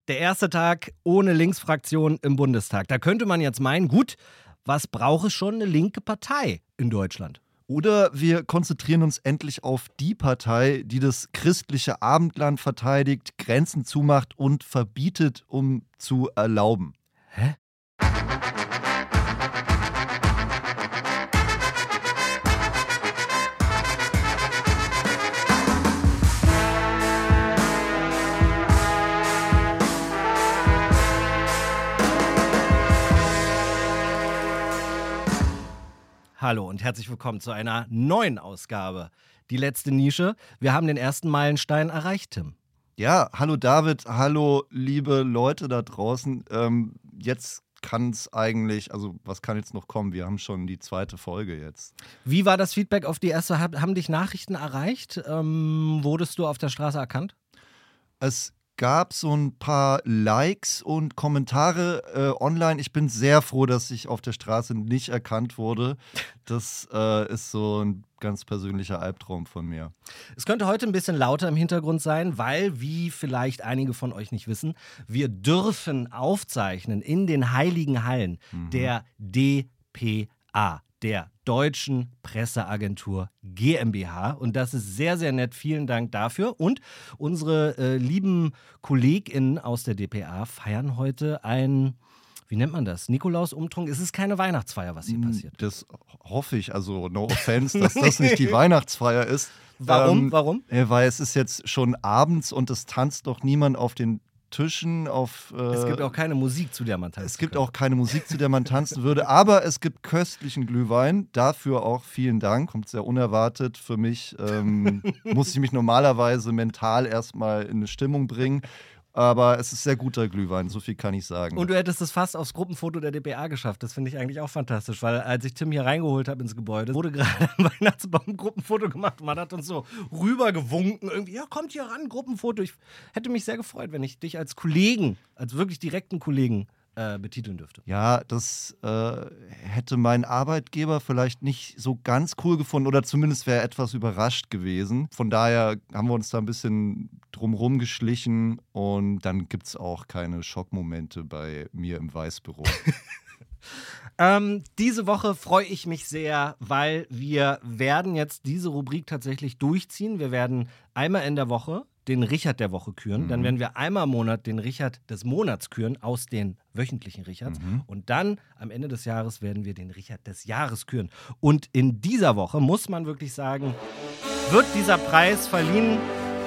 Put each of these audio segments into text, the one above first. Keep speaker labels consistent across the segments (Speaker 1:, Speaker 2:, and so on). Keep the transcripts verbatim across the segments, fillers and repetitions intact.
Speaker 1: Der erste Tag ohne Linksfraktion im Bundestag. Da könnte man jetzt meinen, gut, was braucht es schon eine linke Partei in Deutschland?
Speaker 2: Oder wir konzentrieren uns endlich auf die Partei, die das christliche Abendland verteidigt, Grenzen zumacht und verbietet, um zu erlauben.
Speaker 1: Hä? Hallo und herzlich willkommen zu einer neuen Ausgabe. Die letzte Nische. Wir haben den ersten Meilenstein erreicht, Tim.
Speaker 2: Ja, hallo David, hallo liebe Leute da draußen. Ähm, jetzt kann es eigentlich, also was kann jetzt noch kommen? Wir haben schon die zweite Folge jetzt.
Speaker 1: Wie war das Feedback auf die erste? Haben dich Nachrichten erreicht? Ähm, wurdest du auf der Straße erkannt?
Speaker 2: Es gab so ein paar Likes und Kommentare äh, online. Ich bin sehr froh, dass ich auf der Straße nicht erkannt wurde. Das äh, ist so ein ganz persönlicher Albtraum von mir.
Speaker 1: Es könnte heute ein bisschen lauter im Hintergrund sein, weil, wie vielleicht einige von euch nicht wissen, wir dürfen aufzeichnen in den heiligen Hallen mhm. der D P A, der Deutschen Presseagentur GmbH. Und das ist sehr, sehr nett. Vielen Dank dafür. Und unsere äh, lieben KollegInnen aus der D P A feiern heute ein, wie nennt man das? Nikolaus-Umtrunk. Es ist keine Weihnachtsfeier, was hier passiert.
Speaker 2: Das hoffe ich. Also no offense, dass das nicht die Weihnachtsfeier ist.
Speaker 1: Warum?
Speaker 2: Ähm,
Speaker 1: Warum?
Speaker 2: Äh, weil es ist jetzt schon abends und es tanzt doch niemand auf den Tischen, auf, äh,
Speaker 1: es gibt auch keine Musik, zu der man tanzen
Speaker 2: Es gibt
Speaker 1: kann.
Speaker 2: auch keine Musik, zu der man tanzen würde, aber es gibt köstlichen Glühwein. Dafür auch vielen Dank. Kommt sehr unerwartet für mich. Ähm, muss ich mich normalerweise mental erstmal in eine Stimmung bringen. Aber es ist sehr guter Glühwein, so viel kann ich sagen.
Speaker 1: Und du hättest es fast aufs Gruppenfoto der D P A geschafft. Das finde ich eigentlich auch fantastisch, weil als ich Tim hier reingeholt habe ins Gebäude, wurde gerade am Weihnachtsbaum ein Gruppenfoto gemacht. Man hat uns so rübergewunken. Irgendwie, ja, kommt hier ran, Gruppenfoto. Ich hätte mich sehr gefreut, wenn ich dich als Kollegen, als wirklich direkten Kollegen äh, betiteln dürfte.
Speaker 2: Ja, das äh, hätte mein Arbeitgeber vielleicht nicht so ganz cool gefunden oder zumindest wäre er etwas überrascht gewesen. Von daher haben wir uns da ein bisschen drumherum geschlichen und dann gibt es auch keine Schockmomente bei mir im Weißbüro.
Speaker 1: ähm, diese Woche freue ich mich sehr, weil wir werden jetzt diese Rubrik tatsächlich durchziehen. Wir werden einmal in der Woche den Richard der Woche küren. Mhm. Dann werden wir einmal im Monat den Richard des Monats küren aus den wöchentlichen Richards. Mhm. Und dann am Ende des Jahres werden wir den Richard des Jahres küren. Und in dieser Woche muss man wirklich sagen, wird dieser Preis verliehen.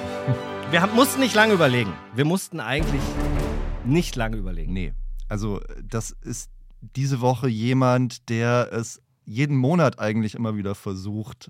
Speaker 1: Wir haben, mussten nicht lange überlegen. Wir mussten eigentlich nicht lange überlegen.
Speaker 2: Nee, also das ist diese Woche jemand, der es jeden Monat eigentlich immer wieder versucht,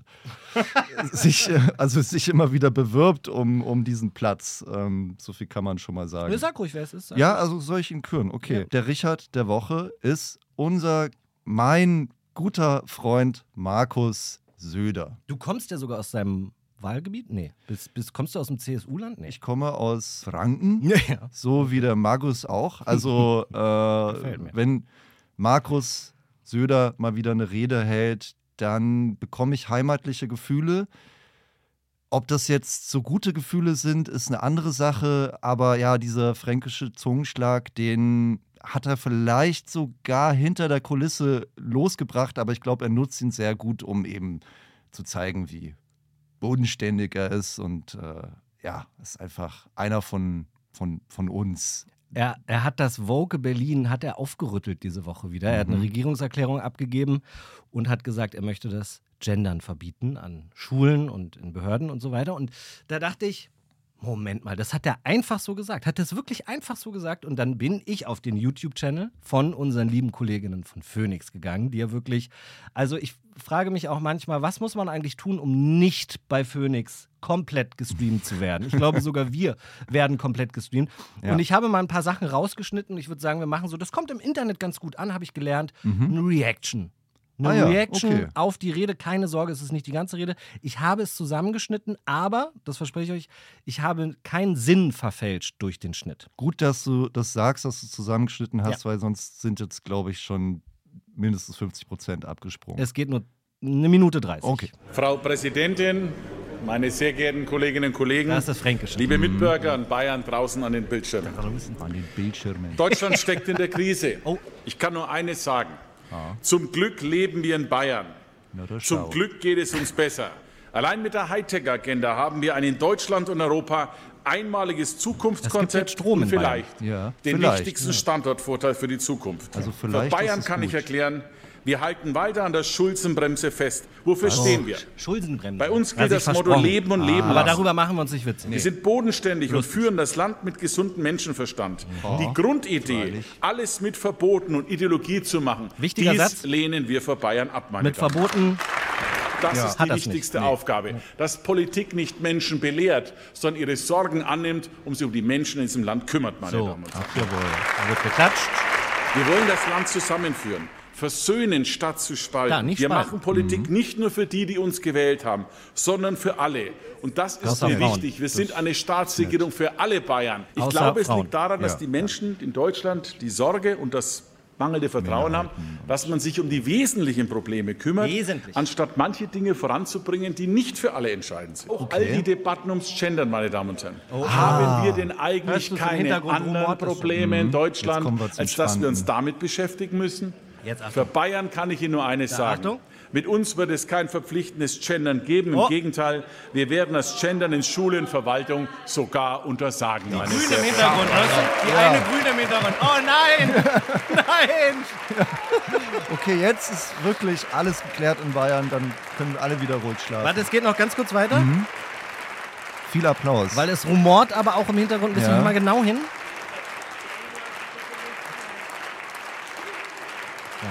Speaker 2: sich, also sich immer wieder bewirbt um, um diesen Platz. Ähm, so viel kann man schon mal sagen.
Speaker 1: Sag ruhig, wer es ist.
Speaker 2: Ja, also soll ich ihn küren? Okay.
Speaker 1: Ja.
Speaker 2: Der Richard der Woche ist unser, mein guter Freund Markus Söder.
Speaker 1: Du kommst ja sogar aus seinem Wahlgebiet? Nee. Bist, bist, kommst du aus dem C S U-Land? Nee.
Speaker 2: Ich komme aus Franken,
Speaker 1: ja, ja.
Speaker 2: So wie der Markus auch. Also äh, wenn Markus Söder mal wieder eine Rede hält, dann bekomme ich heimatliche Gefühle. Ob das jetzt so gute Gefühle sind, ist eine andere Sache. Aber ja, dieser fränkische Zungenschlag, den hat er vielleicht sogar hinter der Kulisse losgebracht. Aber ich glaube, er nutzt ihn sehr gut, um eben zu zeigen, wie bodenständig er ist. Und äh, ja, ist einfach einer von, von, von uns.
Speaker 1: Er, er hat das Woke Berlin hat er aufgerüttelt diese Woche wieder. Er hat eine Regierungserklärung abgegeben und hat gesagt, er möchte das Gendern verbieten an Schulen und in Behörden und so weiter. Und da dachte ich, Moment mal, das hat er einfach so gesagt. Hat er es wirklich einfach so gesagt? Und dann bin ich auf den YouTube-Channel von unseren lieben Kolleginnen von Phoenix gegangen, die ja wirklich, also ich frage mich auch manchmal, was muss man eigentlich tun, um nicht bei Phoenix komplett gestreamt zu werden? Ich glaube, sogar wir werden komplett gestreamt. Ja. Und ich habe mal ein paar Sachen rausgeschnitten. Ich würde sagen, wir machen so, das kommt im Internet ganz gut an, habe ich gelernt, mhm. eine Reaction. Eine
Speaker 2: ah ja,
Speaker 1: Reaction
Speaker 2: okay.
Speaker 1: auf die Rede. Keine Sorge, es ist nicht die ganze Rede. Ich habe es zusammengeschnitten, aber, das verspreche ich euch, ich habe keinen Sinn verfälscht durch den Schnitt.
Speaker 2: Gut, dass du das sagst, dass du es zusammengeschnitten hast,
Speaker 1: ja.
Speaker 2: weil sonst sind jetzt, glaube ich, schon mindestens fünfzig Prozent abgesprungen.
Speaker 1: Es geht nur eine Minute dreißig.
Speaker 2: Okay.
Speaker 3: Frau Präsidentin, Meine sehr geehrten Kolleginnen und Kollegen,
Speaker 1: Das ist das Fränkische.
Speaker 3: liebe Mitbürger in Bayern draußen an den Bildschirmen.
Speaker 2: An den Bildschirmen.
Speaker 3: Deutschland steckt in der Krise.
Speaker 1: Oh.
Speaker 3: Ich kann nur eines sagen. Zum Glück leben wir in Bayern.
Speaker 2: Na, das
Speaker 3: Zum
Speaker 2: schau.
Speaker 3: Glück geht es uns besser. Allein mit der Hightech-Agenda haben wir ein in Deutschland und Europa einmaliges Zukunftskonzept
Speaker 1: Es gibt jetzt Strom
Speaker 3: und
Speaker 1: in Bayern.
Speaker 3: vielleicht
Speaker 2: Ja,
Speaker 3: den
Speaker 2: vielleicht,
Speaker 3: wichtigsten
Speaker 2: ja.
Speaker 3: Standortvorteil für die Zukunft.
Speaker 2: Also
Speaker 3: für
Speaker 2: vielleicht
Speaker 3: Bayern
Speaker 2: ist es
Speaker 3: kann ich
Speaker 2: gut.
Speaker 3: erklären, wir halten weiter an der Schulzenbremse fest. Wofür stehen wir?
Speaker 1: Schuldenbremse.
Speaker 3: Bei uns gilt
Speaker 1: Hat sich
Speaker 3: das Motto
Speaker 1: versprochen.
Speaker 3: Leben und Leben
Speaker 1: Aber
Speaker 3: lassen.
Speaker 1: darüber machen wir uns nicht witzig.
Speaker 3: Wir sind bodenständig und führen das Land mit gesundem Menschenverstand. Die Grundidee,
Speaker 2: freilich.
Speaker 3: alles mit Verboten und Ideologie zu machen,
Speaker 1: Wichtiger
Speaker 3: dies
Speaker 1: Satz.
Speaker 3: lehnen wir für Bayern ab, meine
Speaker 1: Mit
Speaker 3: Damen.
Speaker 1: Verboten.
Speaker 3: Das
Speaker 2: Ja.
Speaker 3: ist
Speaker 1: Hat
Speaker 3: die
Speaker 1: das nicht.
Speaker 3: wichtigste
Speaker 1: Nee.
Speaker 3: Aufgabe, dass Politik nicht Menschen belehrt, sondern ihre Sorgen annimmt, um sich um die Menschen in diesem Land kümmert, meine
Speaker 1: So,
Speaker 3: Damen und Herren.
Speaker 1: ach jawohl. Da wird geklatscht.
Speaker 3: Wir wollen das Land zusammenführen, versöhnen statt zu spalten.
Speaker 1: Ja, nicht
Speaker 3: wir
Speaker 1: spalten.
Speaker 3: machen Politik nicht nur für die, die uns gewählt haben, sondern für alle. Und das ist
Speaker 1: Außer
Speaker 3: mir
Speaker 1: Frauen.
Speaker 3: wichtig. Wir sind eine Staatsregierung für alle Bayern. Ich
Speaker 1: Außer
Speaker 3: glaube, es
Speaker 1: Frauen.
Speaker 3: liegt daran, dass
Speaker 2: Ja.
Speaker 3: die Menschen in Deutschland die Sorge und das mangelnde Vertrauen haben, dass man sich um die wesentlichen Probleme kümmert,
Speaker 1: Wesentlich.
Speaker 3: anstatt manche Dinge voranzubringen, die nicht für alle entscheidend sind. Auch all die Debatten ums Gendern, meine Damen und Herren. Haben wir denn
Speaker 1: Hörst
Speaker 3: eigentlich
Speaker 1: du vom
Speaker 3: keine
Speaker 1: Hintergrund
Speaker 3: anderen
Speaker 1: rumort das schon?
Speaker 3: Probleme in Deutschland,
Speaker 2: kommen wir zum
Speaker 3: als dass wir uns
Speaker 2: Spannenden.
Speaker 3: damit beschäftigen müssen?
Speaker 1: Jetzt Achtung.
Speaker 3: Für Bayern kann ich Ihnen nur eines sagen.
Speaker 1: Achtung.
Speaker 3: Mit uns wird es kein verpflichtendes Gendern geben. Im
Speaker 1: Oh.
Speaker 3: Gegenteil, wir werden das Gendern in Schule und Verwaltung sogar untersagen. Meine
Speaker 1: Grün
Speaker 3: sehr
Speaker 1: im
Speaker 3: verehrten
Speaker 1: Hintergrund, hörst du? Die eine Grüne im Hintergrund. Oh nein! Nein!
Speaker 2: Okay, jetzt ist wirklich alles geklärt in Bayern, dann können wir alle wieder ruhig schlafen.
Speaker 1: Warte, es geht noch ganz kurz weiter.
Speaker 2: Viel Applaus.
Speaker 1: Weil es rumort aber auch im Hintergrund. Müssen
Speaker 2: Ja.
Speaker 1: wir mal genau hin. Ja.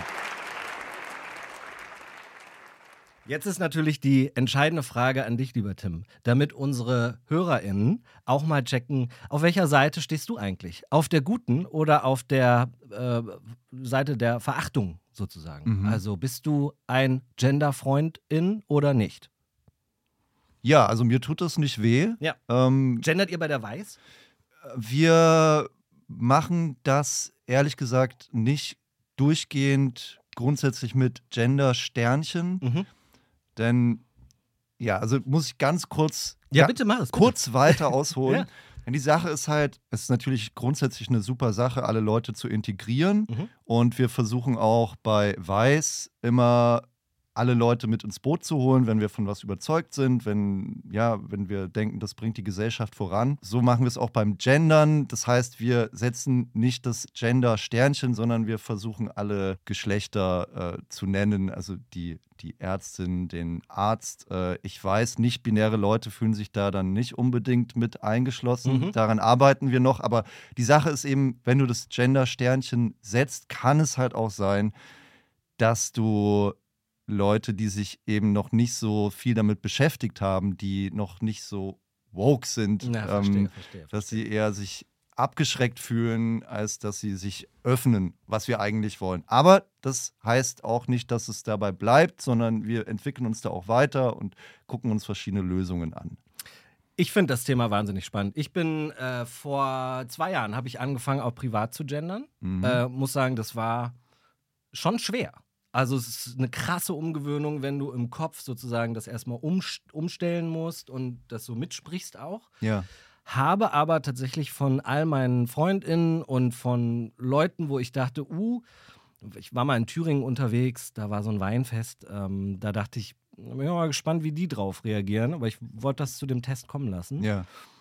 Speaker 1: Jetzt ist natürlich die entscheidende Frage an dich, lieber Tim, damit unsere HörerInnen auch mal checken, auf welcher Seite stehst du eigentlich? Auf der guten oder auf der äh, Seite der Verachtung sozusagen?
Speaker 2: Mhm.
Speaker 1: Also bist du ein Gender-Freundin oder nicht?
Speaker 2: Ja, also mir tut das nicht weh.
Speaker 1: Ja.
Speaker 2: Ähm,
Speaker 1: Gendert ihr bei der Weiß?
Speaker 2: wir machen das ehrlich gesagt nicht durchgehend grundsätzlich mit Gender-Sternchen.
Speaker 1: Mhm.
Speaker 2: Denn, ja, also muss ich ganz kurz,
Speaker 1: Ja,
Speaker 2: ga-
Speaker 1: bitte mach es. Bitte.
Speaker 2: kurz weiter ausholen.
Speaker 1: Ja.
Speaker 2: Denn die Sache ist halt, es ist natürlich grundsätzlich eine super Sache, alle Leute zu integrieren.
Speaker 1: Mhm.
Speaker 2: Und wir versuchen auch bei Weiß immer alle Leute mit ins Boot zu holen, wenn wir von was überzeugt sind, wenn, ja, wenn wir denken, das bringt die Gesellschaft voran. So machen wir es auch beim Gendern. Das heißt, wir setzen nicht das Gender-Sternchen, sondern wir versuchen alle Geschlechter äh, zu nennen. Also die, die Ärztin, den Arzt. Äh, ich weiß, nicht-binäre Leute fühlen sich da dann nicht unbedingt mit eingeschlossen.
Speaker 1: Mhm.
Speaker 2: Daran arbeiten wir noch. Aber die Sache ist eben, wenn du das Gender-Sternchen setzt, kann es halt auch sein, dass du Leute, die sich eben noch nicht so viel damit beschäftigt haben, die noch nicht so woke sind,
Speaker 1: Ja, verstehe,
Speaker 2: ähm,
Speaker 1: verstehe,
Speaker 2: dass sie eher sich abgeschreckt fühlen, als dass sie sich öffnen, was wir eigentlich wollen. Aber das heißt auch nicht, dass es dabei bleibt, sondern wir entwickeln uns da auch weiter und gucken uns verschiedene Lösungen an.
Speaker 1: Ich finde das Thema wahnsinnig spannend. Ich bin äh, vor zwei Jahren habe ich angefangen, auch privat zu gendern.
Speaker 2: Mhm.
Speaker 1: Äh, muss sagen, das war schon schwer. Also es ist eine krasse Umgewöhnung, wenn du im Kopf sozusagen das erstmal umst- umstellen musst und das so mitsprichst auch.
Speaker 2: Ja.
Speaker 1: Habe aber tatsächlich von all meinen FreundInnen und von Leuten, wo ich dachte, uh, ich war mal in Thüringen unterwegs, da war so ein Weinfest, ähm, da dachte ich, ich bin mal gespannt, wie die drauf reagieren, aber ich wollte das zu dem Test kommen lassen.
Speaker 2: Ja.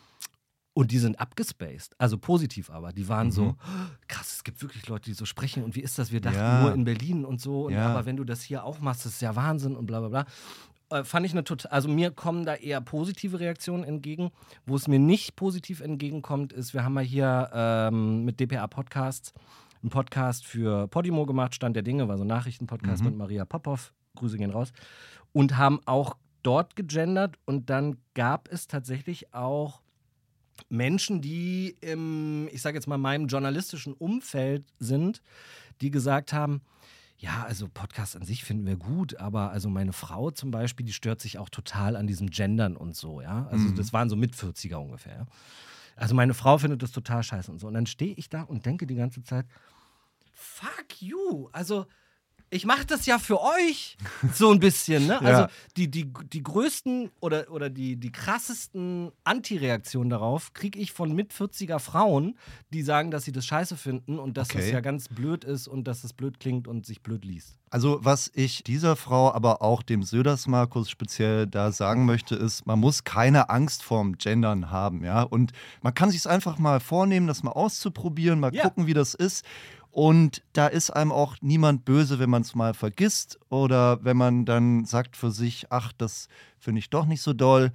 Speaker 1: Und die sind abgespaced, also positiv aber. Die waren
Speaker 2: Mhm.
Speaker 1: so, krass, es gibt wirklich Leute, die so sprechen und wie ist das? Wir dachten
Speaker 2: Ja.
Speaker 1: nur in Berlin und so, und
Speaker 2: Ja.
Speaker 1: aber wenn du das hier auch machst, das ist ja Wahnsinn und bla bla bla. Äh, fand ich eine total, also mir kommen da eher positive Reaktionen entgegen. Wo es mir nicht positiv entgegenkommt, ist, wir haben mal hier ähm, mit D P A Podcasts einen Podcast für Podimo gemacht, Stand der Dinge, war so ein Nachrichtenpodcast
Speaker 2: Mhm.
Speaker 1: mit Maria Popov, Grüße gehen raus, und haben auch dort gegendert und dann gab es tatsächlich auch Menschen, die im, ich sage jetzt mal, meinem journalistischen Umfeld sind, die gesagt haben, ja, also Podcast an sich finden wir gut, aber also meine Frau zum Beispiel, die stört sich auch total an diesem Gendern und so, ja. Also
Speaker 2: Mhm.
Speaker 1: das waren so Mit-vierziger ungefähr, ja? Also meine Frau findet das total scheiße und so. Und dann stehe ich da und denke die ganze Zeit, fuck you, also ich mache das ja für euch so ein bisschen, ne? Also
Speaker 2: Ja.
Speaker 1: die, die, die größten oder, oder die, die krassesten Antireaktionen darauf kriege ich von mit-vierziger Frauen, die sagen, dass sie das scheiße finden und dass
Speaker 2: Okay.
Speaker 1: das ja ganz blöd ist und dass es blöd klingt und sich blöd liest.
Speaker 2: Also was ich dieser Frau, aber auch dem Söders Markus speziell da sagen möchte, ist, man muss keine Angst vorm Gendern haben, ja. Und man kann sich es einfach mal vornehmen, das mal auszuprobieren, mal
Speaker 1: Ja.
Speaker 2: gucken, wie das ist. Und da ist einem auch niemand böse, wenn man es mal vergisst oder wenn man dann sagt für sich, ach, das finde ich doch nicht so doll.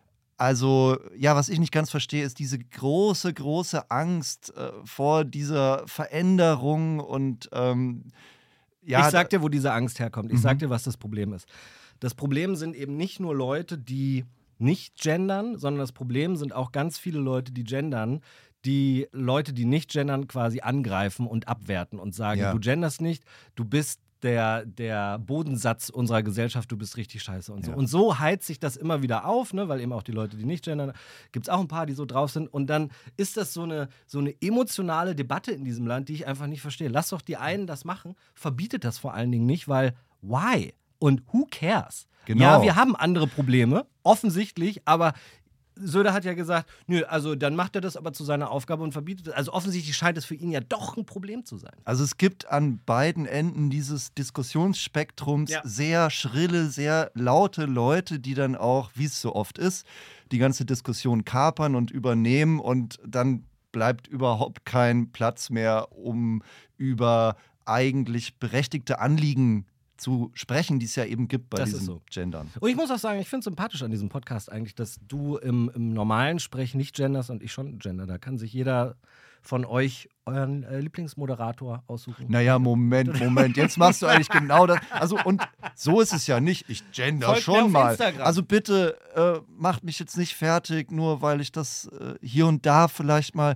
Speaker 2: Also, ja, was ich nicht ganz verstehe, ist diese große, große Angst äh, vor dieser Veränderung und ähm, ja.
Speaker 1: Ich sag dir, wo diese Angst herkommt. Ich
Speaker 2: Mhm.
Speaker 1: sag dir, was das Problem ist. Das Problem sind eben nicht nur Leute, die nicht gendern, sondern das Problem sind auch ganz viele Leute, die gendern, die Leute, die nicht gendern, quasi angreifen und abwerten und sagen,
Speaker 2: Ja.
Speaker 1: du genderst nicht, du bist der, der Bodensatz unserer Gesellschaft, du bist richtig scheiße und so.
Speaker 2: Ja.
Speaker 1: Und so heizt sich das immer wieder auf, ne? Weil eben auch die Leute, die nicht gendern, gibt es auch ein paar, die so drauf sind. Und dann ist das so eine, so eine emotionale Debatte in diesem Land, die ich einfach nicht verstehe. Lass doch die einen das machen, verbietet das vor allen Dingen nicht, weil why? Und who cares?
Speaker 2: Genau.
Speaker 1: Ja, wir haben andere Probleme, offensichtlich, aber Söder hat ja gesagt, nö, also dann macht er das aber zu seiner Aufgabe und verbietet es. Also offensichtlich scheint es für ihn ja doch ein Problem zu sein.
Speaker 2: Also es gibt an beiden Enden dieses Diskussionsspektrums
Speaker 1: Ja.
Speaker 2: sehr schrille, sehr laute Leute, die dann auch, wie es so oft ist, die ganze Diskussion kapern und übernehmen und dann bleibt überhaupt kein Platz mehr, um über eigentlich berechtigte Anliegen zu sprechen, die es ja eben gibt bei
Speaker 1: Das ist
Speaker 2: diesem
Speaker 1: so.
Speaker 2: Gendern.
Speaker 1: Und ich muss auch sagen, ich finde es sympathisch an diesem Podcast eigentlich, dass du im, im normalen Sprech nicht genderst und ich schon gender. Da kann sich jeder von euch euren äh, Lieblingsmoderator aussuchen.
Speaker 2: Naja, Moment, Moment, jetzt machst du eigentlich genau das. Also, und so ist es ja nicht. Ich gender
Speaker 1: Folgt mir
Speaker 2: schon
Speaker 1: auf
Speaker 2: mal.
Speaker 1: Instagram.
Speaker 2: Also bitte äh, macht mich jetzt nicht fertig, nur weil ich das äh, hier und da vielleicht mal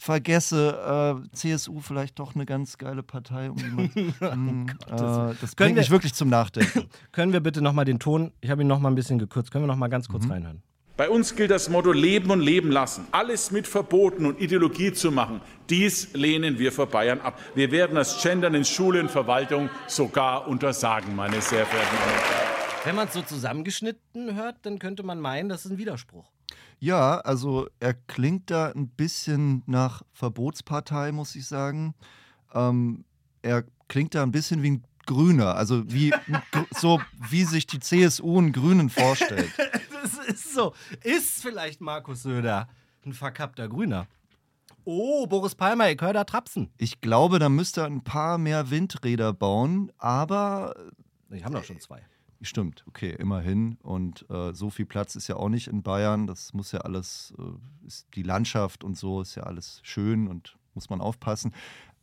Speaker 2: vergesse. Äh, C S U vielleicht doch eine ganz geile Partei. Um die man, hm, äh, das
Speaker 1: Können
Speaker 2: bringt mich
Speaker 1: wir-
Speaker 2: wirklich zum Nachdenken.
Speaker 1: Können wir bitte nochmal den Ton, ich habe ihn nochmal ein bisschen gekürzt, können wir nochmal ganz kurz reinhören?
Speaker 3: Bei uns gilt das Motto Leben und Leben lassen. Alles mit Verboten und Ideologie zu machen, dies lehnen wir für Bayern ab. Wir werden das Gendern in Schule und Verwaltung sogar untersagen, meine sehr verehrten Damen und Herren.
Speaker 1: Wenn man es so zusammengeschnitten hört, dann könnte man meinen, das ist ein Widerspruch.
Speaker 2: Ja, also er klingt da ein bisschen nach Verbotspartei, muss ich sagen. Ähm, er klingt da ein bisschen wie ein Grüner, also wie so wie sich die C S U einen Grünen vorstellt.
Speaker 1: Das ist so. Ist vielleicht Markus Söder ein verkappter Grüner? Oh, Boris Palmer, ich höre da Trapsen.
Speaker 2: Ich glaube, da müsste er ein paar mehr Windräder bauen, aber
Speaker 1: Ich habe doch schon zwei.
Speaker 2: stimmt, okay, immerhin. Und äh, so viel Platz ist ja auch nicht in Bayern. Das muss ja alles, äh, ist die Landschaft und so ist ja alles schön und muss man aufpassen.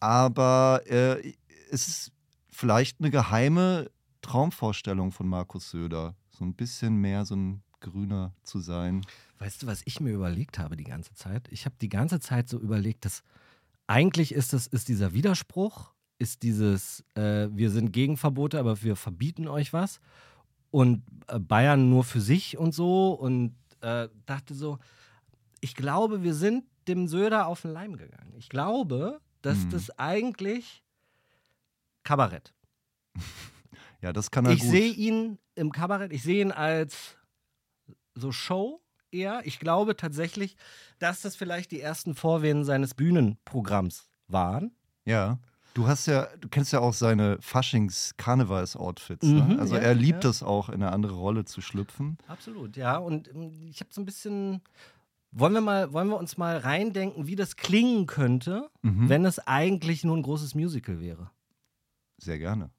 Speaker 2: Aber äh, es ist vielleicht eine geheime Traumvorstellung von Markus Söder, so ein bisschen mehr so ein Grüner zu sein.
Speaker 1: Weißt du, was ich mir überlegt habe die ganze Zeit? Ich habe die ganze Zeit so überlegt, dass eigentlich ist das ist dieser Widerspruch, ist dieses, äh, wir sind gegen Verbote, aber wir verbieten euch was. Und äh, Bayern nur für sich und so. Und äh, dachte so, ich glaube, wir sind dem Söder auf den Leim gegangen. Ich glaube, dass
Speaker 2: Hm.
Speaker 1: das eigentlich Kabarett.
Speaker 2: Ja, das kann er
Speaker 1: Ich
Speaker 2: gut.
Speaker 1: sehe ihn im Kabarett, ich sehe ihn als so Show eher. Ich glaube tatsächlich, dass das vielleicht die ersten Vorwehen seines Bühnenprogramms waren.
Speaker 2: Ja. Du hast ja, du kennst ja auch seine Faschings-Karnevals-Outfits.
Speaker 1: Mhm,
Speaker 2: Ne? Also
Speaker 1: ja,
Speaker 2: er liebt
Speaker 1: ja.
Speaker 2: es auch, in eine andere Rolle zu schlüpfen.
Speaker 1: Absolut, ja. Und ähm, ich habe so ein bisschen. Wollen wir, mal, wollen wir uns mal reindenken, wie das klingen könnte,
Speaker 2: Mhm.
Speaker 1: wenn es eigentlich nur ein großes Musical wäre?
Speaker 2: Sehr gerne.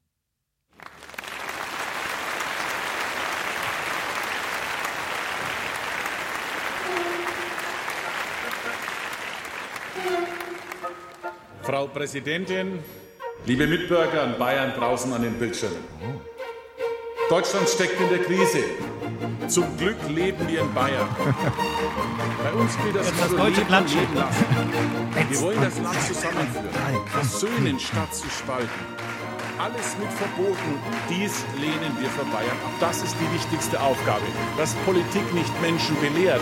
Speaker 3: Frau Präsidentin, liebe Mitbürger in Bayern draußen an den Bildschirmen. Deutschland steckt in der Krise. Zum Glück leben wir in Bayern. Bei uns gilt das
Speaker 1: Jetzt das
Speaker 3: Motto
Speaker 1: deutsche
Speaker 3: Leben und
Speaker 1: Klatschen.
Speaker 3: Leben lassen. Wir wollen das Land zusammenführen, versöhnen statt zu spalten. alles mit verboten. Dies lehnen wir für Bayern ab. Das ist die wichtigste Aufgabe, dass Politik nicht Menschen belehrt.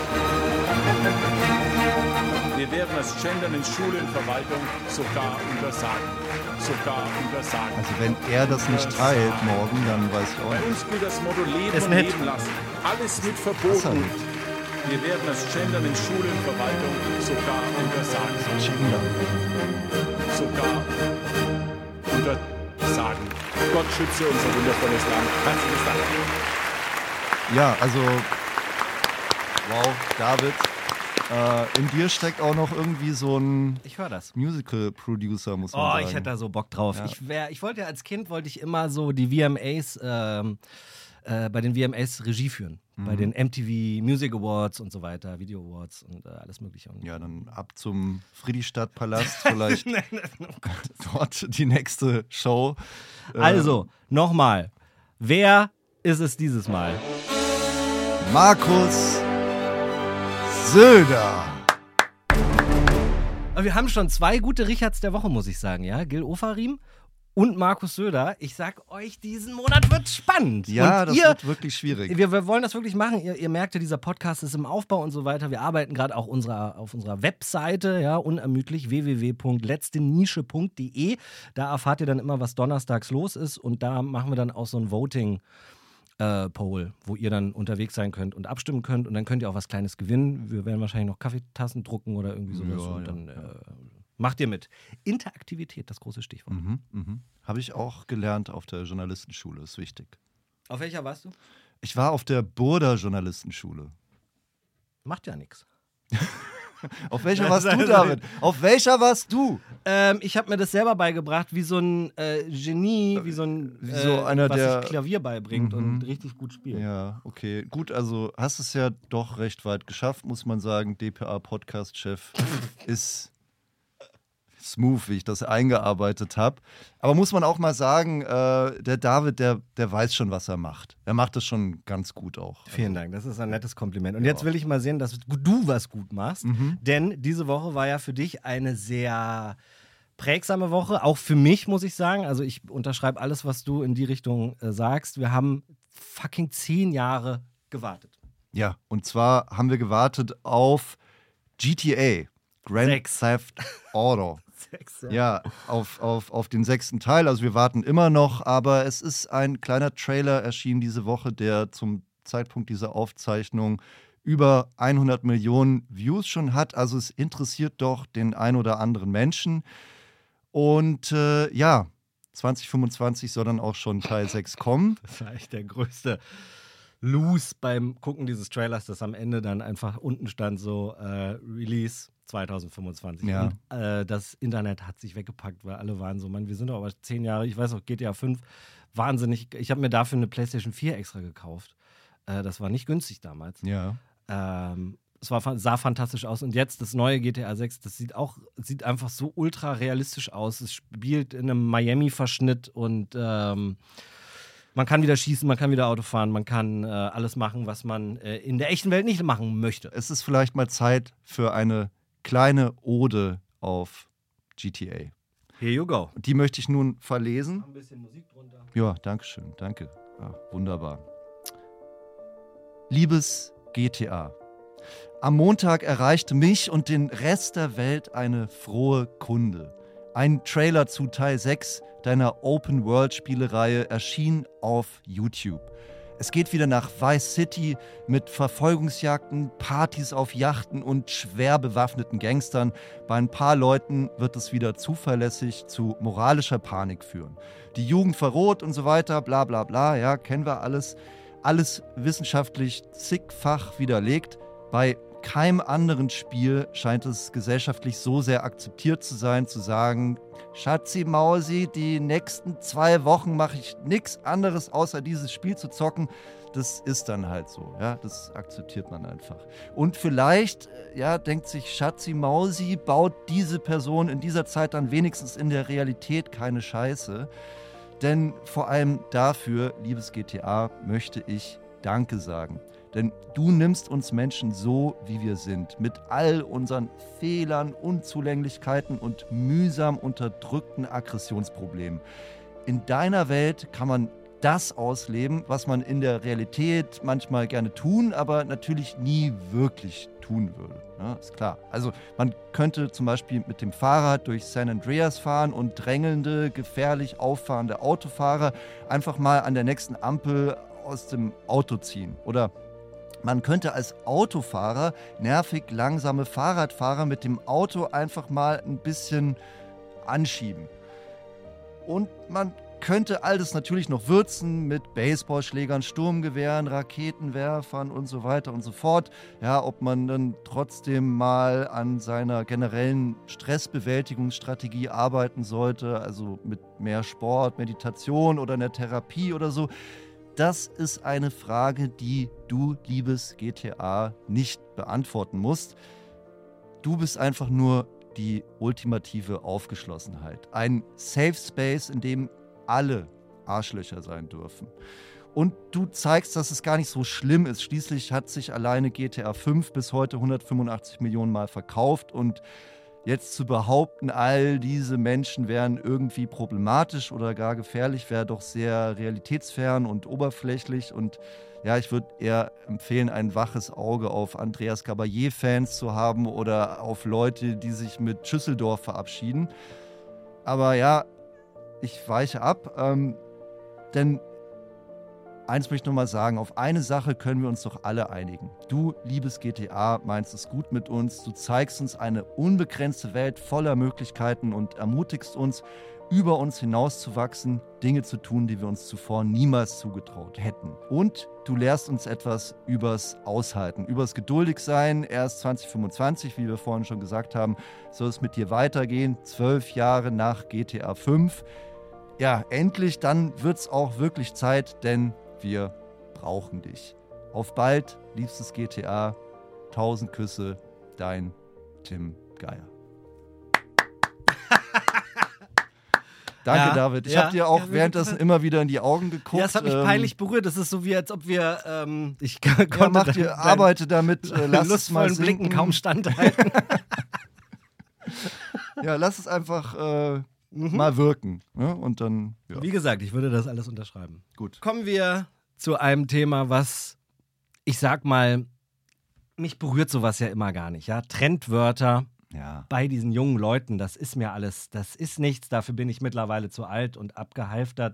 Speaker 3: Wir werden das Gendern in Schule und Verwaltung sogar untersagen. Sogar untersagen.
Speaker 2: Also wenn er das nicht teilt morgen, dann weiß ich auch
Speaker 3: Bei
Speaker 2: nicht.
Speaker 3: uns gilt das Motto Leben
Speaker 1: Ist
Speaker 3: und
Speaker 1: nett.
Speaker 3: Leben lassen. Alles mit verboten. Wir werden das Gendern in Schule und Verwaltung sogar untersagen. Sogar untersagen. Gott schütze unser wundervolles Land. Herzlichen Dank.
Speaker 2: Ja, also wow, David. Äh, in dir steckt auch noch irgendwie so ein
Speaker 1: Ich höre das.
Speaker 2: Musical-Producer, muss man
Speaker 1: Oh,
Speaker 2: sagen.
Speaker 1: ich hätte da so Bock drauf.
Speaker 2: Ja.
Speaker 1: Ich, wär, ich wollte ja als Kind, wollte ich immer so die V M As, ähm, äh, bei den V M As Regie führen.
Speaker 2: Mhm.
Speaker 1: Bei den M T V Music Awards und so weiter, Video Awards und äh, alles mögliche. Und
Speaker 2: Ja, dann ab zum Friedrichstadtpalast, vielleicht
Speaker 1: Nein, nein, oh Gott.
Speaker 2: dort die nächste Show. Äh,
Speaker 1: Also, nochmal. Wer ist es dieses Mal?
Speaker 2: Markus Söder.
Speaker 1: Aber wir haben schon zwei gute Richards der Woche, muss ich sagen, ja? Gil Ofarim und Markus Söder. Ich sag euch, diesen Monat wird spannend.
Speaker 2: Ja,
Speaker 1: und
Speaker 2: das
Speaker 1: ihr,
Speaker 2: wird wirklich schwierig.
Speaker 1: Wir, wir wollen das wirklich machen. Ihr, ihr merkt ja, dieser Podcast ist im Aufbau und so weiter. Wir arbeiten gerade auch unserer, auf unserer Webseite, ja, unermüdlich, w w w punkt letzte nische punkt d e. Da erfahrt ihr dann immer, was donnerstags los ist. Und da machen wir dann auch so ein Voting Äh, Poll, wo ihr dann unterwegs sein könnt und abstimmen könnt und dann könnt ihr auch was Kleines gewinnen. Wir werden wahrscheinlich noch Kaffeetassen drucken oder irgendwie sowas
Speaker 2: Ja,
Speaker 1: und
Speaker 2: ja,
Speaker 1: dann
Speaker 2: ja.
Speaker 1: äh, macht ihr mit. Interaktivität, das große Stichwort.
Speaker 2: Mhm, mhm. Habe ich auch gelernt auf der Journalistenschule, ist wichtig.
Speaker 1: Auf welcher warst du?
Speaker 2: Ich war auf der Burda Journalistenschule.
Speaker 1: Macht ja nichts.
Speaker 2: Auf welcher warst du, David? Auf welcher warst du?
Speaker 1: Ähm, ich habe mir das selber beigebracht, wie so ein äh, Genie, wie so ein
Speaker 2: Wie so einer,
Speaker 1: was
Speaker 2: der-
Speaker 1: sich Klavier beibringt
Speaker 2: Mhm.
Speaker 1: und richtig gut spielt.
Speaker 2: Ja, okay. Gut, also hast es ja doch recht weit geschafft, muss man sagen. D P A-Podcast-Chef ist smooth, wie ich das eingearbeitet habe. Aber muss man auch mal sagen, äh, der David, der, der weiß schon, was er macht. Er macht das schon ganz gut auch.
Speaker 1: Vielen Dank, das ist ein nettes Kompliment. Und jetzt will ich mal sehen, dass du was gut machst, denn diese Woche war ja für dich eine sehr prägsame Woche, auch für mich, muss ich sagen. Also ich unterschreibe alles, was du in die Richtung äh, sagst. Wir haben fucking zehn Jahre gewartet.
Speaker 2: Ja, und zwar haben wir gewartet auf G T A, Grand
Speaker 1: Sechs.
Speaker 2: Theft Auto.
Speaker 1: Sechs,
Speaker 2: Ja, auf, auf, auf den sechsten Teil. Also wir warten immer noch, aber es ist ein kleiner Trailer erschienen diese Woche, der zum Zeitpunkt dieser Aufzeichnung über hundert Millionen Views schon hat. Also es interessiert doch den ein oder anderen Menschen. Und äh, ja, zwanzig fünfundzwanzig soll dann auch schon Teil sechs kommen.
Speaker 1: Das war echt der größte Lose beim Gucken dieses Trailers, dass am Ende dann einfach unten stand so äh, Release zwanzig fünfundzwanzig.
Speaker 2: Ja.
Speaker 1: Und äh, das Internet hat sich weggepackt, weil alle waren so, Mann, wir sind doch aber zehn Jahre, ich weiß auch, G T A fünf, wahnsinnig. Ich habe mir dafür eine PlayStation vier extra gekauft. Äh, das war nicht günstig damals.
Speaker 2: Ja.
Speaker 1: Ähm, es war, sah fantastisch aus. Und jetzt das neue G T A sechs, das sieht auch sieht einfach so ultra realistisch aus. Es spielt in einem Miami-Verschnitt und ähm, man kann wieder schießen, man kann wieder Auto fahren, man kann äh, alles machen, was man äh, in der echten Welt nicht machen möchte.
Speaker 2: Es ist vielleicht mal Zeit für eine kleine Ode auf G T A.
Speaker 1: Here you go.
Speaker 2: Die möchte ich nun verlesen.
Speaker 1: Ein bisschen Musik drunter.
Speaker 2: Ja, danke schön, danke. Ja, wunderbar. Liebes G T A, am Montag erreichte mich und den Rest der Welt eine frohe Kunde. Ein Trailer zu Teil sechs deiner Open-World-Spielereihe erschien auf YouTube. Es geht wieder nach Vice City mit Verfolgungsjagden, Partys auf Yachten und schwer bewaffneten Gangstern. Bei ein paar Leuten wird es wieder zuverlässig zu moralischer Panik führen. Die Jugend verroht und so weiter, bla bla bla, ja, kennen wir alles. Alles wissenschaftlich zigfach widerlegt. Bei keinem anderen Spiel scheint es gesellschaftlich so sehr akzeptiert zu sein, zu sagen, Schatzi Mausi, die nächsten zwei Wochen mache ich nichts anderes, außer dieses Spiel zu zocken. Das ist dann halt so, ja, das akzeptiert man einfach. Und vielleicht, ja, denkt sich Schatzi Mausi, baut diese Person in dieser Zeit dann wenigstens in der Realität keine Scheiße. Denn vor allem dafür, liebes G T A, möchte ich Danke sagen. Denn du nimmst uns Menschen so, wie wir sind, mit all unseren Fehlern, Unzulänglichkeiten und mühsam unterdrückten Aggressionsproblemen. in deiner Welt kann man das ausleben, was man in der Realität manchmal gerne tun, aber natürlich nie wirklich tun würde. Ja, ist klar. Also man könnte zum Beispiel mit dem Fahrrad durch San Andreas fahren und drängelnde, gefährlich auffahrende Autofahrer einfach mal an der nächsten Ampel aus dem Auto ziehen. Oder man könnte als Autofahrer nervig langsame Fahrradfahrer mit dem Auto einfach mal ein bisschen anschieben. Und man könnte all das natürlich noch würzen mit Baseballschlägern, Sturmgewehren, Raketenwerfern und so weiter und so fort. Ja, ob man dann trotzdem mal an seiner generellen Stressbewältigungsstrategie arbeiten sollte, also mit mehr Sport, Meditation oder einer Therapie oder so. Das ist eine Frage, die du, liebes G T A, nicht beantworten musst. Du bist einfach nur die ultimative Aufgeschlossenheit. Ein Safe Space, in dem alle Arschlöcher sein dürfen. Und du zeigst, dass es gar nicht so schlimm ist. Schließlich hat sich alleine G T A fünf bis heute hundertfünfundachtzig Millionen Mal verkauft und jetzt zu behaupten, all diese Menschen wären irgendwie problematisch oder gar gefährlich, wäre doch sehr realitätsfern und oberflächlich. Und ja, ich würde eher empfehlen, ein waches Auge auf Andreas Gabalier-Fans zu haben oder auf Leute, die sich mit Schüsseldorf verabschieden. Aber ja, ich weiche ab, ähm, denn eins möchte ich nochmal sagen, auf eine Sache können wir uns doch alle einigen. Du, liebes G T A, meinst es gut mit uns, du zeigst uns eine unbegrenzte Welt voller Möglichkeiten und ermutigst uns, über uns hinauszuwachsen, Dinge zu tun, die wir uns zuvor niemals zugetraut hätten. Und du lehrst uns etwas übers Aushalten, übers Geduldigsein. Erst zwanzig fünfundzwanzig, wie wir vorhin schon gesagt haben, soll es mit dir weitergehen, zwölf Jahre nach G T A fünf. Ja, endlich, dann wird es auch wirklich Zeit, denn wir brauchen dich. Auf bald, liebstes G T A. Tausend Küsse, dein Tim Geier. Danke,
Speaker 1: ja,
Speaker 2: David. Ich
Speaker 1: ja,
Speaker 2: habe dir auch
Speaker 1: ja,
Speaker 2: währenddessen immer wieder in die Augen geguckt.
Speaker 1: Ja, es hat mich
Speaker 2: ähm,
Speaker 1: peinlich berührt. Das ist so wie, als ob wir, ähm, ich konnte
Speaker 2: ja, mach dir, arbeite damit, äh, lass es mal
Speaker 1: lustvollen Blicken
Speaker 2: sinken.
Speaker 1: kaum standhalten.
Speaker 2: Ja, lass es einfach äh,
Speaker 1: mhm.
Speaker 2: mal wirken. Ne? Und dann, ja.
Speaker 1: Wie gesagt, ich würde das alles unterschreiben.
Speaker 2: Gut.
Speaker 1: Kommen wir zu einem Thema, was, ich sag mal, mich berührt sowas ja immer gar nicht. Ja? Trendwörter.
Speaker 2: Ja.
Speaker 1: Bei diesen jungen Leuten, das ist mir alles, das ist nichts, dafür bin ich mittlerweile zu alt und abgehalftert.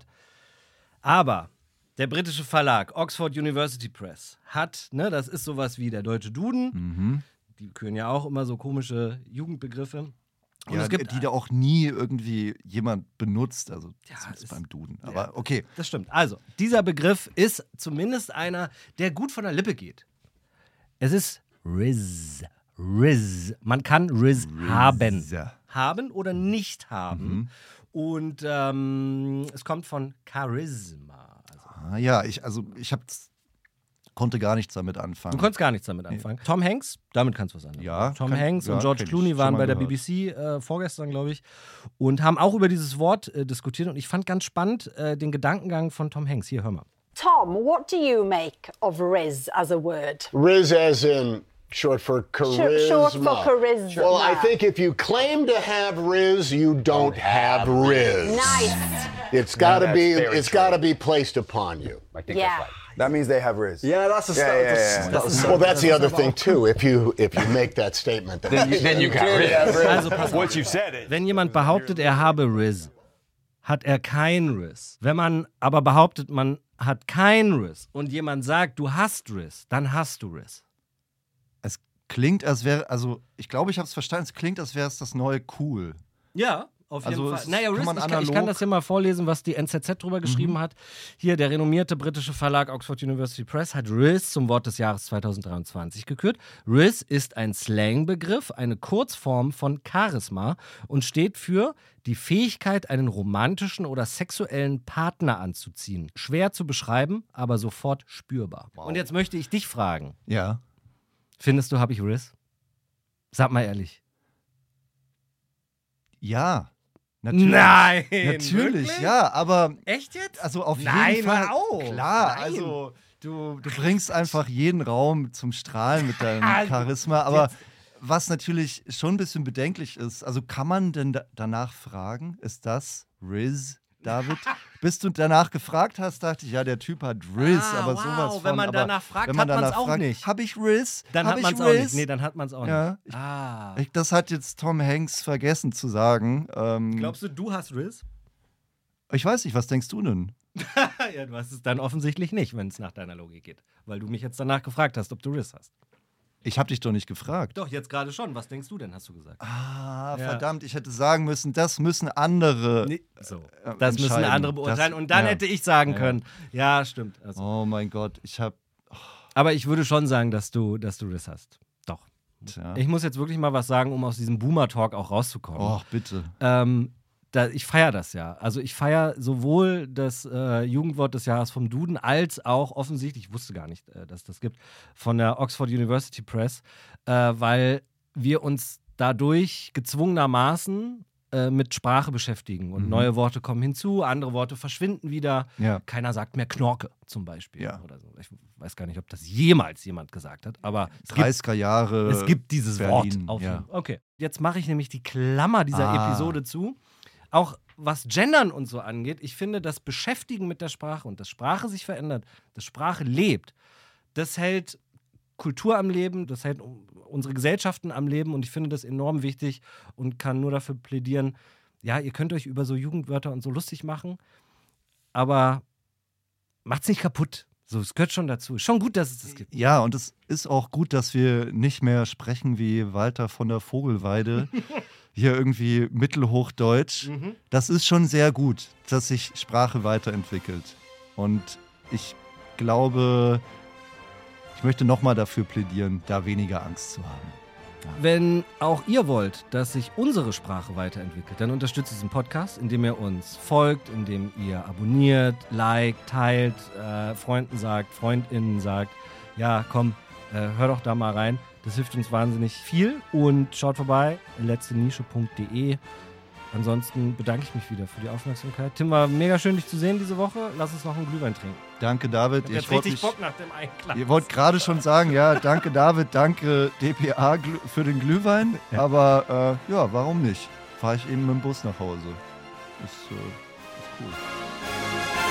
Speaker 1: Aber der britische Verlag Oxford University Press hat, ne, das ist sowas wie der Deutsche Duden,
Speaker 2: Mhm.
Speaker 1: die können ja auch immer so komische Jugendbegriffe. Und
Speaker 2: Ja,
Speaker 1: es gibt,
Speaker 2: die da auch nie irgendwie jemand benutzt, also
Speaker 1: Ja,
Speaker 2: zumindest
Speaker 1: ist-
Speaker 2: beim Duden.
Speaker 1: ja.
Speaker 2: Aber okay.
Speaker 1: Das stimmt. Also, dieser Begriff ist zumindest einer, der gut von der Lippe geht. Es ist Riz. Riz. Man kann Riz, haben. Haben oder nicht haben.
Speaker 2: Mhm.
Speaker 1: Und ähm, es kommt von Charisma. Also,
Speaker 2: Ah, ja, ich, also ich hab, konnte gar nichts damit anfangen.
Speaker 1: du konntest gar nichts damit anfangen. Tom Hanks, damit kannst du was anfangen.
Speaker 2: Ja,
Speaker 1: Tom
Speaker 2: kann-
Speaker 1: Hanks
Speaker 2: ja,
Speaker 1: und George
Speaker 2: kenn ich,
Speaker 1: Clooney
Speaker 2: schon
Speaker 1: waren
Speaker 2: mal
Speaker 1: bei der
Speaker 2: gehört.
Speaker 1: B B C äh, vorgestern, glaube ich, und haben auch über dieses Wort äh, diskutiert. Und ich fand ganz spannend äh, den Gedankengang von Tom Hanks. Hier, hör mal.
Speaker 4: Tom, what do you make of Riz as a word?
Speaker 5: Riz as in short for charisma.
Speaker 4: short for charisma.
Speaker 5: Well, I think if you claim to have Riz, you don't have Riz.
Speaker 4: Nice.
Speaker 5: It's got to
Speaker 6: that's
Speaker 5: be
Speaker 6: very
Speaker 5: it's
Speaker 6: true.
Speaker 5: got to be placed upon you.
Speaker 6: I think
Speaker 4: Yeah.
Speaker 6: that's right. That means they have Riz.
Speaker 7: Yeah, that's a
Speaker 6: Yeah, yeah, yeah.
Speaker 7: that's-
Speaker 5: Well, that's the other thing too. If you if you make that statement, then,
Speaker 6: Then you, then you got
Speaker 7: clearly have
Speaker 6: Riz.
Speaker 7: Riz.
Speaker 1: Also, pass auf.
Speaker 6: Once you said it.
Speaker 1: Wenn jemand behauptet, er habe Riz, hat er kein Riz. Wenn man aber behauptet, man hat kein Riz und jemand sagt, du hast Riz, dann hast du Riz.
Speaker 2: Es klingt, als wäre, also ich glaube, ich habe es verstanden, es klingt, als wäre es das neue Cool.
Speaker 1: Ja, auf jeden
Speaker 2: Also
Speaker 1: Fall.
Speaker 2: es
Speaker 1: Naja,
Speaker 2: kann
Speaker 1: Riz,
Speaker 2: man
Speaker 1: ich, kann, ich
Speaker 2: analog-
Speaker 1: kann das ja mal vorlesen, was die N Z Z drüber geschrieben hat. Hier, der renommierte britische Verlag Oxford University Press hat Riz zum Wort des Jahres zweitausenddreiundzwanzig gekürt. Riz ist ein Slangbegriff, eine Kurzform von Charisma und steht für die Fähigkeit, einen romantischen oder sexuellen Partner anzuziehen. Schwer zu beschreiben, aber sofort spürbar. Und jetzt möchte ich dich fragen,
Speaker 2: Ja.
Speaker 1: findest du, habe ich Riz? Sag mal ehrlich.
Speaker 2: Ja. Natürlich.
Speaker 1: Nein!
Speaker 2: Natürlich,
Speaker 1: wirklich?
Speaker 2: ja, aber
Speaker 1: Echt jetzt?
Speaker 2: also auf
Speaker 1: Nein,
Speaker 2: jeden Fall.
Speaker 1: hör auf.
Speaker 2: Klar,
Speaker 1: Nein.
Speaker 2: also du, du bringst einfach jeden Raum zum Strahlen mit deinem
Speaker 1: Also,
Speaker 2: Charisma, aber
Speaker 1: jetzt-
Speaker 2: was natürlich schon ein bisschen bedenklich ist, also kann man denn da danach fragen, ist das Riz? David. Bis du danach gefragt hast, dachte ich, ja, der Typ hat Riz,
Speaker 1: Ah,
Speaker 2: aber
Speaker 1: wow,
Speaker 2: sowas von.
Speaker 1: wenn man
Speaker 2: aber
Speaker 1: danach fragt,
Speaker 2: wenn man
Speaker 1: hat man's
Speaker 2: danach
Speaker 1: auch
Speaker 2: fragt,
Speaker 1: nicht.
Speaker 2: Hab ich Riz?
Speaker 1: Dann
Speaker 2: hab
Speaker 1: hat
Speaker 2: ich
Speaker 1: man es auch
Speaker 2: Riz?
Speaker 1: nicht. Nee, dann hat man es auch
Speaker 2: Ja,
Speaker 1: nicht.
Speaker 2: ich,
Speaker 1: ah.
Speaker 2: ich, das hat jetzt Tom Hanks vergessen zu sagen. Ähm,
Speaker 1: Glaubst du, du hast Riz?
Speaker 2: Ich weiß nicht, was denkst du denn?
Speaker 1: Ja, du hast es dann offensichtlich nicht, wenn es nach deiner Logik geht. Weil du mich jetzt danach gefragt hast, ob du Riz hast.
Speaker 2: Ich habe dich doch nicht gefragt.
Speaker 1: Doch, jetzt gerade schon. Was denkst du denn, hast du gesagt?
Speaker 2: Ah,
Speaker 1: Ja.
Speaker 2: verdammt, ich hätte sagen müssen, das müssen andere.
Speaker 1: Nee, so.
Speaker 2: äh,
Speaker 1: Das müssen
Speaker 2: entscheiden.
Speaker 1: andere beurteilen.
Speaker 2: Das-
Speaker 1: und dann
Speaker 2: ja.
Speaker 1: hätte ich sagen
Speaker 2: Ja.
Speaker 1: können. Ja, stimmt. Also.
Speaker 2: Oh mein Gott, ich habe.
Speaker 1: Aber ich würde schon sagen, dass du, dass du Riz hast. Doch.
Speaker 2: Tja.
Speaker 1: Ich muss jetzt wirklich mal was sagen, um aus diesem Boomer-Talk auch rauszukommen.
Speaker 2: Oh, bitte.
Speaker 1: Ähm, da, ich feiere das ja. Also ich feiere sowohl das äh, Jugendwort des Jahres vom Duden als auch offensichtlich, ich wusste gar nicht, äh, dass das gibt, von der Oxford University Press, äh, weil wir uns dadurch gezwungenermaßen äh, mit Sprache beschäftigen. Und
Speaker 2: Mhm.
Speaker 1: neue Worte kommen hinzu, andere Worte verschwinden wieder.
Speaker 2: Ja.
Speaker 1: Keiner sagt mehr Knorke zum Beispiel.
Speaker 2: Ja.
Speaker 1: Oder so. Ich weiß gar nicht, ob das jemals jemand gesagt hat, aber es gibt
Speaker 2: dreißiger Jahre.
Speaker 1: es gibt dieses
Speaker 2: Berlin,
Speaker 1: Wort. Auf
Speaker 2: ja.
Speaker 1: Okay. Jetzt mache ich nämlich die Klammer dieser
Speaker 2: Ah.
Speaker 1: Episode zu. Auch was Gendern und so angeht, ich finde, das Beschäftigen mit der Sprache und dass Sprache sich verändert, dass Sprache lebt, das hält Kultur am Leben, das hält unsere Gesellschaften am Leben und ich finde das enorm wichtig und kann nur dafür plädieren, ja, ihr könnt euch über so Jugendwörter und so lustig machen, aber macht's nicht kaputt. So, es gehört schon dazu. Ist schon gut, dass es das gibt.
Speaker 2: Ja, und es ist auch gut, dass wir nicht mehr sprechen wie Walter von der Vogelweide. Hier irgendwie Mittelhochdeutsch.
Speaker 1: Mhm.
Speaker 2: Das ist schon sehr gut, dass sich Sprache weiterentwickelt. Und ich glaube, ich möchte nochmal dafür plädieren, da weniger Angst zu haben.
Speaker 1: Wenn auch ihr wollt, dass sich unsere Sprache weiterentwickelt, dann unterstützt diesen Podcast, indem ihr uns folgt, indem ihr abonniert, liked, teilt, äh, Freunden sagt, FreundInnen sagt, ja, komm, äh, hör doch da mal rein. Das hilft uns wahnsinnig viel und schaut vorbei, letzte nische punkt de. Ansonsten bedanke ich mich wieder für die Aufmerksamkeit. Tim, war mega schön, dich zu sehen diese Woche. Lass uns noch einen Glühwein trinken.
Speaker 2: Danke, David.
Speaker 1: Ich hab jetzt
Speaker 2: wollt
Speaker 1: richtig
Speaker 2: mich-
Speaker 1: Bock nach dem Einklang.
Speaker 2: Ihr wollt gerade schon sagen, ja, danke David, danke D P A glü- für den Glühwein,
Speaker 1: Ja.
Speaker 2: aber äh, ja, warum nicht? Fahre ich eben mit dem Bus nach Hause. Ist, äh, ist cool.